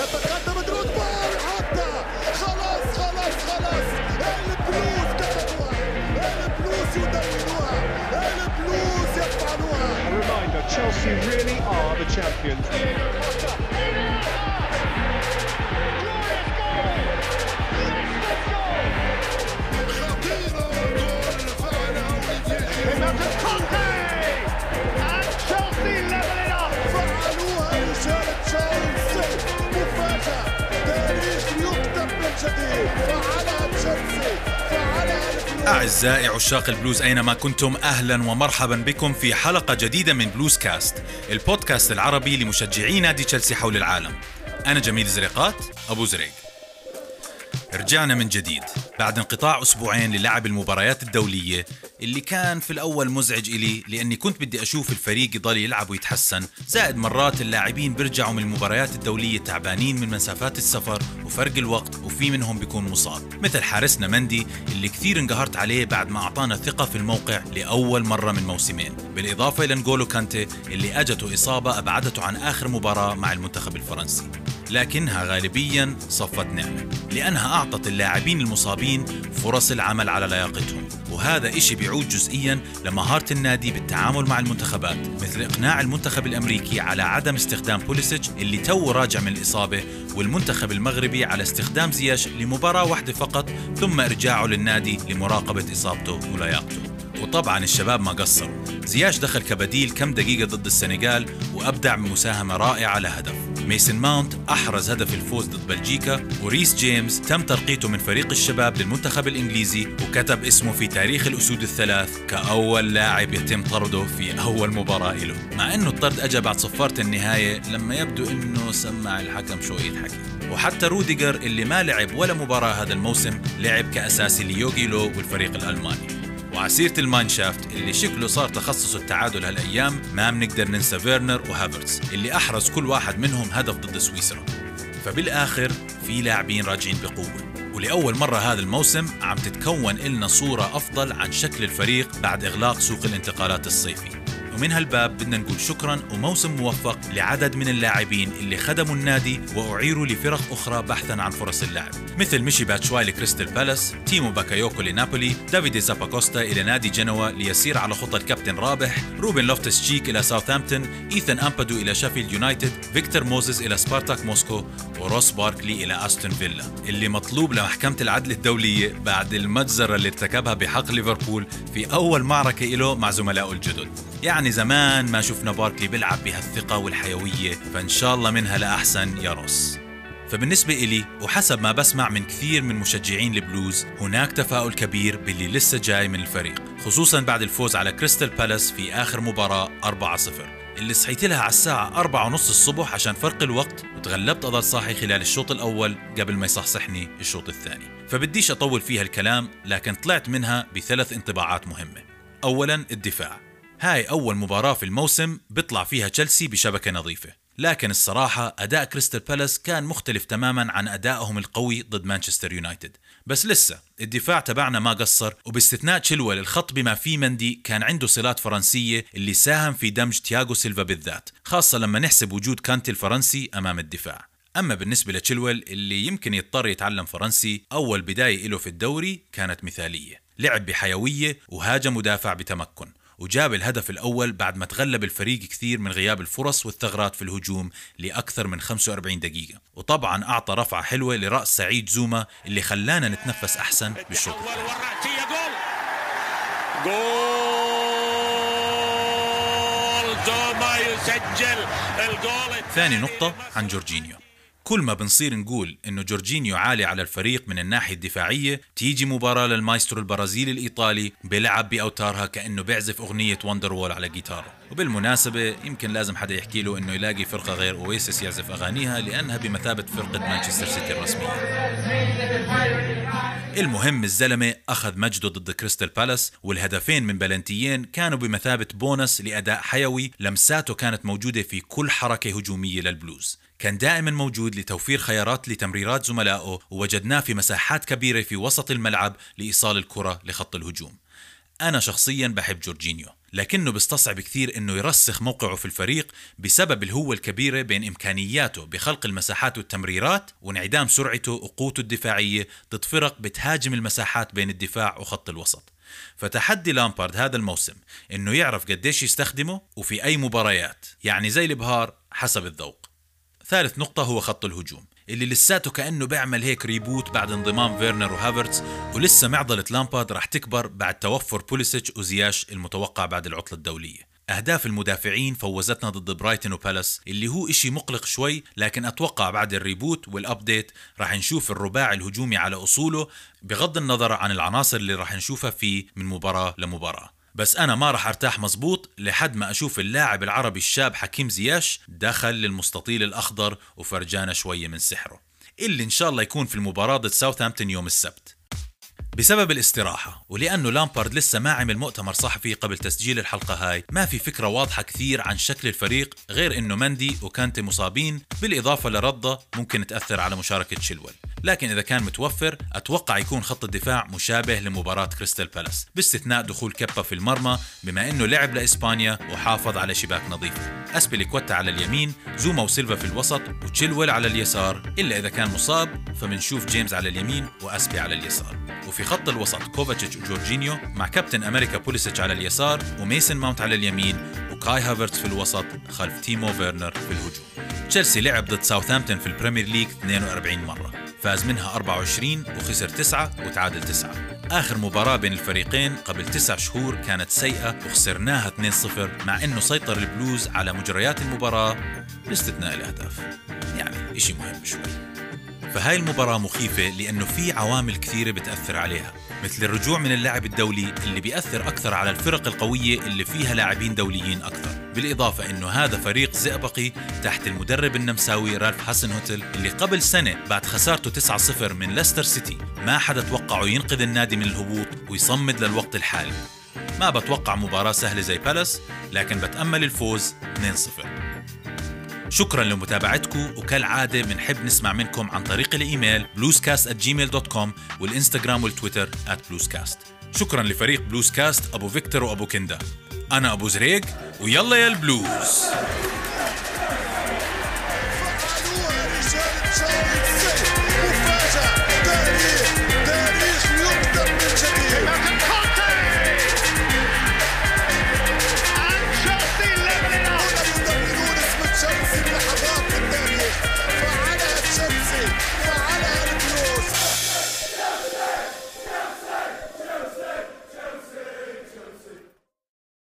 تقدم درود بول حتى خلاص البلوز كتبوها، البلوز يدونوها، البلوز يفعلوها. A reminder, Chelsea really are the champions. أعزائي عشاق البلوز أينما كنتم، أهلا ومرحبا بكم في حلقة جديدة من بلوز كاست، البودكاست العربي لمشجعي نادي تشيلسي حول العالم. أنا جميل زريقات أبو زريق. رجعنا من جديد بعد انقطاع أسبوعين للعب المباريات الدولية اللي كان في الأول مزعج إلي، لأني كنت بدي أشوف الفريق يضل يلعب ويتحسن، زائد مرات اللاعبين بيرجعوا من المباريات الدولية تعبانين من مسافات السفر وفرق الوقت، وفي منهم بيكون مصاب مثل حارسنا مندي اللي كثير انقهرت عليه بعد ما أعطانا ثقة في الموقع لأول مرة من موسمين، بالإضافة إلى نغولو كانتي اللي أجته إصابة أبعدته عن آخر مباراة مع المنتخب الفرنسي، لكنها غالبيا صفت نعمة لأنها أعطت اللاعبين المصابين فرص العمل على لياقتهم، وهذا إشي بيعود جزئيا لمهارة النادي بالتعامل مع المنتخبات، مثل إقناع المنتخب الأمريكي على عدم استخدام بوليسيتش اللي تو راجع من الإصابة، والمنتخب المغربي على استخدام زياش لمباراة واحدة فقط ثم إرجاعه للنادي لمراقبة إصابته ولياقته. وطبعا الشباب ما قصروا، زياش دخل كبديل كم دقيقة ضد السنغال وأبدع بمساهمة رائعة لهدف. ميسن ماونت أحرز هدف الفوز ضد بلجيكا، وريس جيمس تم ترقيته من فريق الشباب للمنتخب الإنجليزي وكتب اسمه في تاريخ الأسود الثلاث كأول لاعب يتم طرده في أول مباراة له، مع أنه الطرد أجى بعد صفارة النهاية لما يبدو أنه سمع الحكم شوية حكي. وحتى روديجر اللي ما لعب ولا مباراة هذا الموسم لعب كأساسي ليوغي لو والفريق الألماني. وعسيرة الماينشافت اللي شكله صار تخصصه التعادل هالأيام ما بنقدر ننسى فيرنر وهافرتس اللي أحرز كل واحد منهم هدف ضد سويسرا. فبالآخر في لاعبين راجعين بقوة، ولأول مرة هذا الموسم عم تتكون لنا صورة أفضل عن شكل الفريق بعد إغلاق سوق الانتقالات الصيفي. ومن هالباب بدنا نقول شكرا وموسم موفق لعدد من اللاعبين اللي خدموا النادي وأعيروا لفرق أخرى بحثا عن فرص اللعب، مثل ميشي باتشواي لكريستال بالاس، تيمو باكايوكو لنابولي، دافيد زاباكوستا إلى نادي جنوا ليسير على خطى الكابتن رابح، روبن لوفتس تشيك إلى ساوثهامبتون، إيثان أمبادو إلى شيفيلد يونايتد، فيكتور موزيس إلى سبارتاك موسكو، وروس باركلي إلى أستون فيلا اللي مطلوب لمحكمة العدل الدولية بعد المجزرة اللي ارتكبها بحق ليفربول في أول معركة له مع زملائه الجدد. يعني زمان ما شفنا باركلي بيلعب بهالثقة والحيوية، فإن شاء الله منها لأحسن يا روس. فبالنسبة إلي وحسب ما بسمع من كثير من مشجعين البلوز، هناك تفاؤل كبير باللي لسه جاي من الفريق، خصوصا بعد الفوز على كريستال بالاس في آخر مباراة 4-0 اللي صحيت لها على الساعة 4:30 الصبح عشان فرق الوقت، وتغلبت أضل صاحي خلال الشوط الأول قبل ما يصحصحني الشوط الثاني. فبديش أطول فيها الكلام، لكن طلعت منها بثلاث انطباعات مهمة. أولا الدفاع، هاي أول مباراة في الموسم بيطلع فيها تشيلسي بشبكة نظيفة، لكن الصراحة أداء كريستال بالاس كان مختلف تماما عن أدائهم القوي ضد مانشستر يونايتد. بس لسه الدفاع تبعنا ما قصر، وباستثناء تشيلويل الخط بما فيه مندي كان عنده صلات فرنسية اللي ساهم في دمج تياغو سيلفا بالذات، خاصة لما نحسب وجود كانتي الفرنسي أمام الدفاع. أما بالنسبة لتشيلويل اللي يمكن يضطر يتعلم فرنسي، أول بداية له في الدوري كانت مثالية، لعب بحيوية وهاجم مدافع بتمكن، وجاب الهدف الأول بعد ما تغلب الفريق كثير من غياب الفرص والثغرات في الهجوم لأكثر من 45 دقيقة، وطبعا أعطى رفعة حلوة لرأس سعيد زوما اللي خلانا نتنفس أحسن بالشوط. جول زوما يسجل الجول. ثاني نقطة عن جورجينيو، كل ما بنصير نقول إنه جورجينيو عالي على الفريق من الناحية الدفاعية، تيجي مباراة للمايسترو البرازيلي الإيطالي بيلعب بأوتارها كأنه بيعزف أغنية وندر وول على جيتاره. وبالمناسبة يمكن لازم حدا يحكي له إنه يلاقي فرقة غير أويسيس يعزف أغانيها، لأنها بمثابة فرقة مانشستر سيتي الرسمية. المهم الزلمة أخذ مجده ضد كريستال بالاس، والهدفين من بلنتيين كانوا بمثابة بونس لأداء حيوي، لمساته كانت موجودة في كل حركة هجومية للبلوز، كان دائما موجود لتوفير خيارات لتمريرات زملائه، ووجدناه في مساحات كبيرة في وسط الملعب لإيصال الكرة لخط الهجوم. أنا شخصيا بحب جورجينيو، لكنه بيستصعب كثير إنه يرسخ موقعه في الفريق بسبب الهوة الكبيرة بين إمكانياته بخلق المساحات والتمريرات وانعدام سرعته وقوته الدفاعية ضد فرق بتهاجم المساحات بين الدفاع وخط الوسط. فتحدي لامبارد هذا الموسم إنه يعرف قديش يستخدمه وفي أي مباريات، يعني زي البهار حسب الذوق. ثالث نقطة هو خط الهجوم اللي لساته كأنه بيعمل هيك ريبوت بعد انضمام فيرنر وهافرتز، ولسه معضلة لامبارد رح تكبر بعد توفر بوليسيتش وزياش المتوقع بعد العطلة الدولية. أهداف المدافعين فوزتنا ضد برايتون وبالاس اللي هو إشي مقلق شوي، لكن أتوقع بعد الريبوت والأبديت رح نشوف الرباعي الهجومي على أصوله بغض النظر عن العناصر اللي رح نشوفها فيه من مباراة لمباراة. بس أنا ما رح أرتاح مزبوط لحد ما أشوف اللاعب العربي الشاب حكيم زياش دخل للمستطيل الأخضر وفرجانا شوية من سحره، اللي إن شاء الله يكون في المباراة ضد ساوثهامبتون يوم السبت. بسبب الاستراحة ولأنه لامبارد لسه ما عمل مؤتمر صحفي قبل تسجيل الحلقة هاي، ما في فكرة واضحة كثير عن شكل الفريق غير إنه مندي وكانتي مصابين، بالإضافة لرضة ممكن تأثر على مشاركة شيلويل. لكن إذا كان متوفر أتوقع يكون خط الدفاع مشابه لمباراة كريستال بالاس، باستثناء دخول كيبا في المرمى بما إنه لعب لإسبانيا وحافظ على شباك نظيفة. أسبيليكويتا على اليمين، زوما وسيلفا في الوسط، وتشيلويل على اليسار، إلا إذا كان مصاب فمنشوف جيمس على اليمين وأسبي على اليسار. وفي خط الوسط كوفاتشيتش وجورجينيو مع كابتن أمريكا بوليسيتش على اليسار، وميسن ماونت على اليمين، وكاي هافرتز في الوسط خلف تيمو فيرنر في الهجوم. تشيلسي لعب ضد ساوثهامبتون في البريمير ليج 42 مرة، فاز منها 24 وخسر 9 وتعادل 9. آخر مباراة بين الفريقين قبل 9 شهور كانت سيئة وخسرناها 2-0، مع إنه سيطر البلوز على مجريات المباراة باستثناء الأهداف، يعني إشي مهم شوي. فهاي المباراة مخيفة لأنه في عوامل كثيرة بتأثر عليها، مثل الرجوع من اللاعب الدولي اللي بيأثر أكثر على الفرق القوية اللي فيها لاعبين دوليين أكثر، بالإضافة إنه هذا فريق زئبقي تحت المدرب النمساوي رالف هاسنهوتل اللي قبل سنة بعد خسارته 9-0 من ليستر سيتي ما حدا توقعه ينقذ النادي من الهبوط ويصمد للوقت الحالي. ما بتوقع مباراة سهلة زي بالاس، لكن بتأمل الفوز 2-0. شكرا لمتابعتكم، وكالعادة بنحب نسمع منكم عن طريق الإيميل bluescast@gmail.com والإنستغرام والتويتر @bluescast. شكرا لفريق بلوزكاست أبو فيكتور وأبو كندا. أنا أبو زريق، ويلا يا البلوز.